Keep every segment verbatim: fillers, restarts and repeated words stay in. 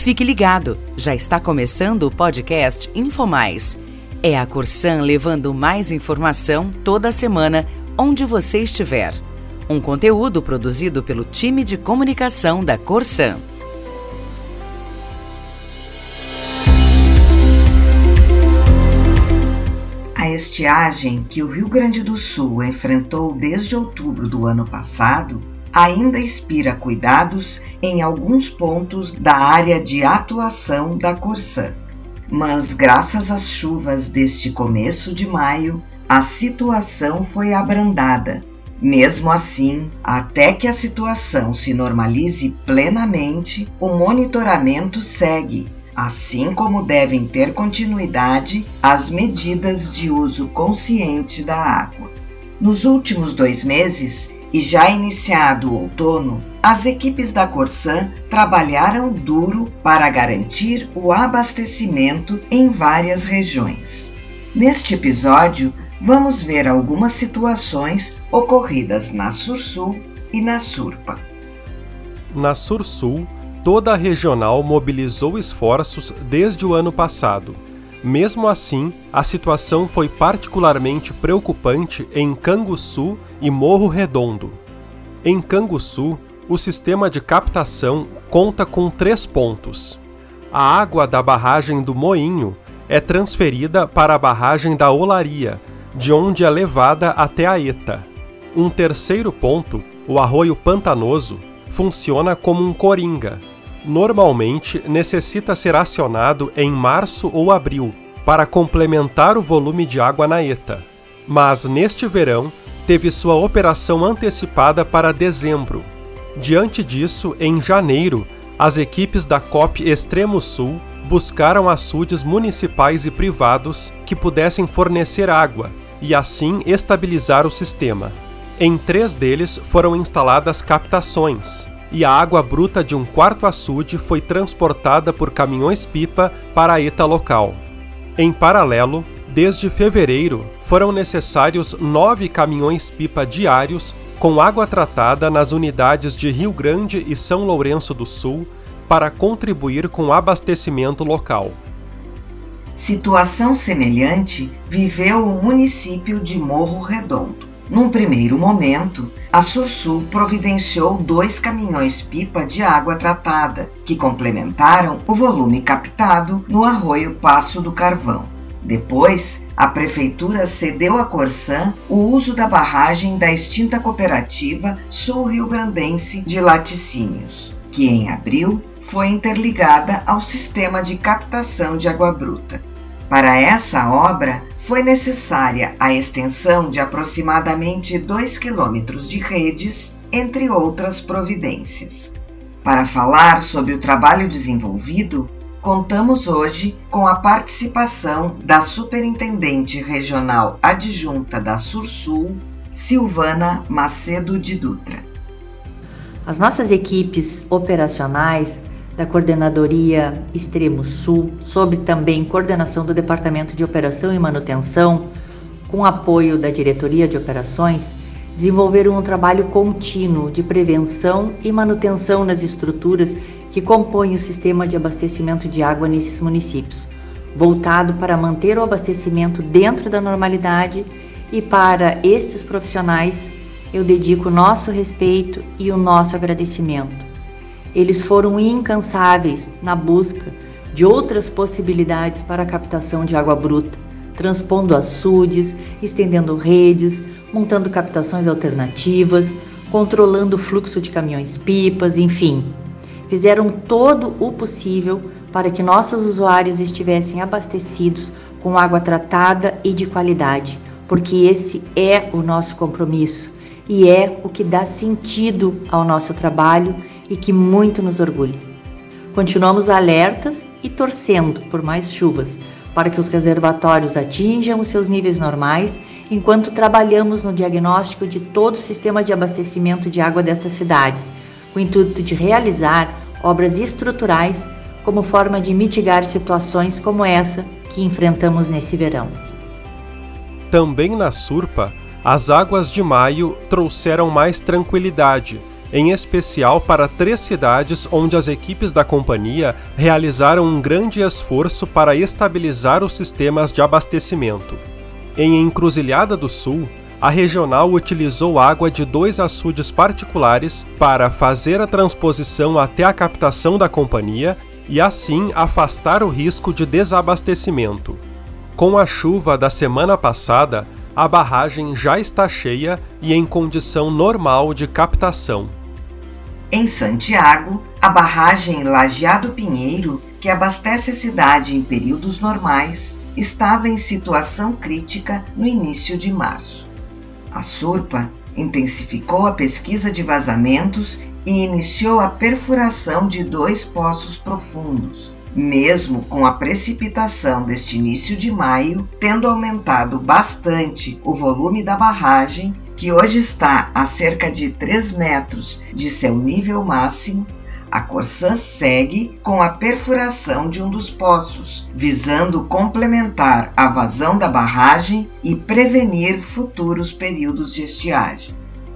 Fique ligado, já está começando o podcast InfoMais. É a Corsan levando mais informação toda semana, onde você estiver. Um conteúdo produzido pelo time de comunicação da Corsan. A estiagem que o Rio Grande do Sul enfrentou desde outubro do ano passado ainda inspira cuidados em alguns pontos da área de atuação da Corsan. Mas graças às chuvas deste começo de maio, a situação foi abrandada. Mesmo assim, até que a situação se normalize plenamente, o monitoramento segue, assim como devem ter continuidade as medidas de uso consciente da água. Nos últimos dois meses, e já iniciado o outono, as equipes da Corsan trabalharam duro para garantir o abastecimento em várias regiões. Neste episódio, vamos ver algumas situações ocorridas na Sursul e na Surpa. Na Sursul, toda a regional mobilizou esforços desde o ano passado. Mesmo assim, a situação foi particularmente preocupante em Canguçu e Morro Redondo. Em Canguçu, o sistema de captação conta com três pontos. A água da barragem do Moinho é transferida para a barragem da Olaria, de onde é levada até a Eta. Um terceiro ponto, o Arroio Pantanoso, funciona como um coringa. Normalmente necessita ser acionado em março ou abril para complementar o volume de água na Eta, mas neste verão teve sua operação antecipada para dezembro. Diante disso, em janeiro, as equipes da Coop Extremo Sul buscaram açudes municipais e privados que pudessem fornecer água e assim estabilizar o sistema. Em três deles foram instaladas captações, e a água bruta de um quarto açude foi transportada por caminhões-pipa para a Eta local. Em paralelo, desde fevereiro, foram necessários nove caminhões-pipa diários com água tratada nas unidades de Rio Grande e São Lourenço do Sul para contribuir com o abastecimento local. Situação semelhante viveu o município de Morro Redondo. Num primeiro momento, a Sursul providenciou dois caminhões-pipa de água tratada, que complementaram o volume captado no arroio Passo do Carvão. Depois, a Prefeitura cedeu à Corsan o uso da barragem da extinta cooperativa Sul-Rio-Grandense de Laticínios, que em abril foi interligada ao sistema de captação de água bruta. Para essa obra, foi necessária a extensão de aproximadamente dois quilômetros de redes, entre outras providências. Para falar sobre o trabalho desenvolvido, contamos hoje com a participação da Superintendente Regional Adjunta da Sursul, Silvana Macedo de Dutra. As nossas equipes operacionais da Coordenadoria Extremo Sul, sob também coordenação do Departamento de Operação e Manutenção, com apoio da Diretoria de Operações, desenvolveram um trabalho contínuo de prevenção e manutenção nas estruturas que compõem o sistema de abastecimento de água nesses municípios, voltado para manter o abastecimento dentro da normalidade, e para estes profissionais eu dedico o nosso respeito e o nosso agradecimento. Eles foram incansáveis na busca de outras possibilidades para a captação de água bruta, transpondo açudes, estendendo redes, montando captações alternativas, controlando o fluxo de caminhões-pipas, enfim. Fizeram todo o possível para que nossos usuários estivessem abastecidos com água tratada e de qualidade, porque esse é o nosso compromisso e é o que dá sentido ao nosso trabalho e que muito nos orgulha. Continuamos alertas e torcendo por mais chuvas, para que os reservatórios atinjam os seus níveis normais, enquanto trabalhamos no diagnóstico de todo o sistema de abastecimento de água destas cidades, com o intuito de realizar obras estruturais como forma de mitigar situações como essa que enfrentamos nesse verão. Também na Surpa, as águas de maio trouxeram mais tranquilidade em especial para três cidades onde as equipes da companhia realizaram um grande esforço para estabilizar os sistemas de abastecimento. Em Encruzilhada do Sul, a regional utilizou água de dois açudes particulares para fazer a transposição até a captação da companhia e assim afastar o risco de desabastecimento. Com a chuva da semana passada, a barragem já está cheia e em condição normal de captação. Em Santiago, a barragem Lajeado Pinheiro, que abastece a cidade em períodos normais, estava em situação crítica no início de março. A Surpa intensificou a pesquisa de vazamentos e iniciou a perfuração de dois poços profundos, mesmo com a precipitação deste início de maio tendo aumentado bastante o volume da barragem, que hoje está a cerca de três metros de seu nível máximo. A Corsan segue com a perfuração de um dos poços, visando complementar a vazão da barragem e prevenir futuros períodos de estiagem.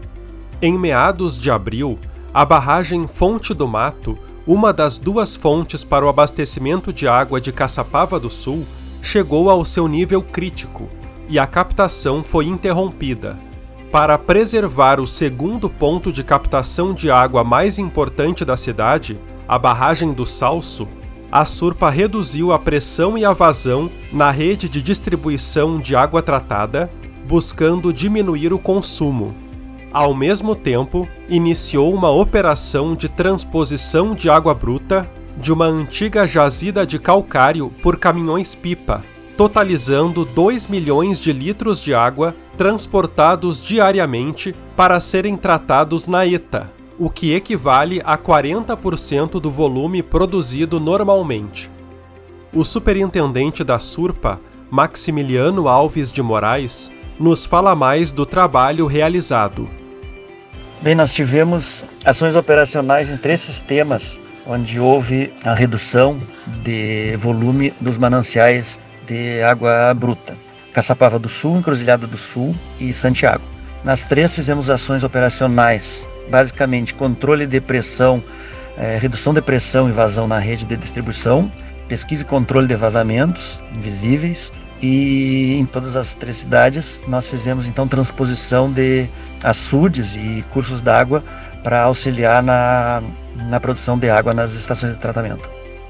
Em meados de abril, a barragem Fonte do Mato, uma das duas fontes para o abastecimento de água de Caçapava do Sul, chegou ao seu nível crítico e a captação foi interrompida. Para preservar o segundo ponto de captação de água mais importante da cidade, a barragem do Salso, a Surpa reduziu a pressão e a vazão na rede de distribuição de água tratada, buscando diminuir o consumo. Ao mesmo tempo, iniciou uma operação de transposição de água bruta de uma antiga jazida de calcário por caminhões-pipa, totalizando dois milhões de litros de água transportados diariamente para serem tratados na ETA, o que equivale a quarenta por cento do volume produzido normalmente. O superintendente da Surpa, Maximiliano Alves de Moraes, nos fala mais do trabalho realizado. Bem, nós tivemos ações operacionais em três sistemas, onde houve a redução de volume dos mananciais de água bruta. Caçapava do Sul, Encruzilhada do Sul e Santiago. Nas três fizemos ações operacionais, basicamente controle de pressão, eh, redução de pressão e vazão na rede de distribuição, pesquisa e controle de vazamentos invisíveis, e em todas as três cidades nós fizemos então transposição de açudes e cursos d'água para auxiliar na, na produção de água nas estações de tratamento.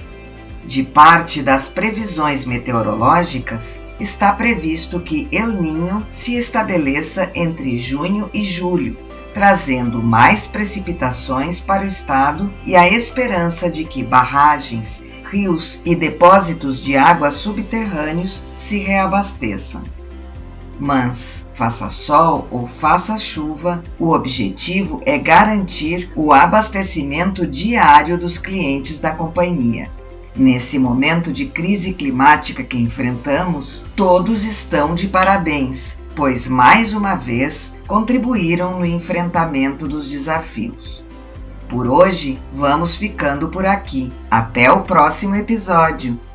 De parte das previsões meteorológicas, está previsto que El Niño se estabeleça entre junho e julho, trazendo mais precipitações para o estado e a esperança de que barragens, rios e depósitos de água subterrâneos se reabasteçam. Mas, faça sol ou faça chuva, o objetivo é garantir o abastecimento diário dos clientes da companhia. Nesse momento de crise climática que enfrentamos, todos estão de parabéns, pois mais uma vez contribuíram no enfrentamento dos desafios. Por hoje, vamos ficando por aqui. Até o próximo episódio!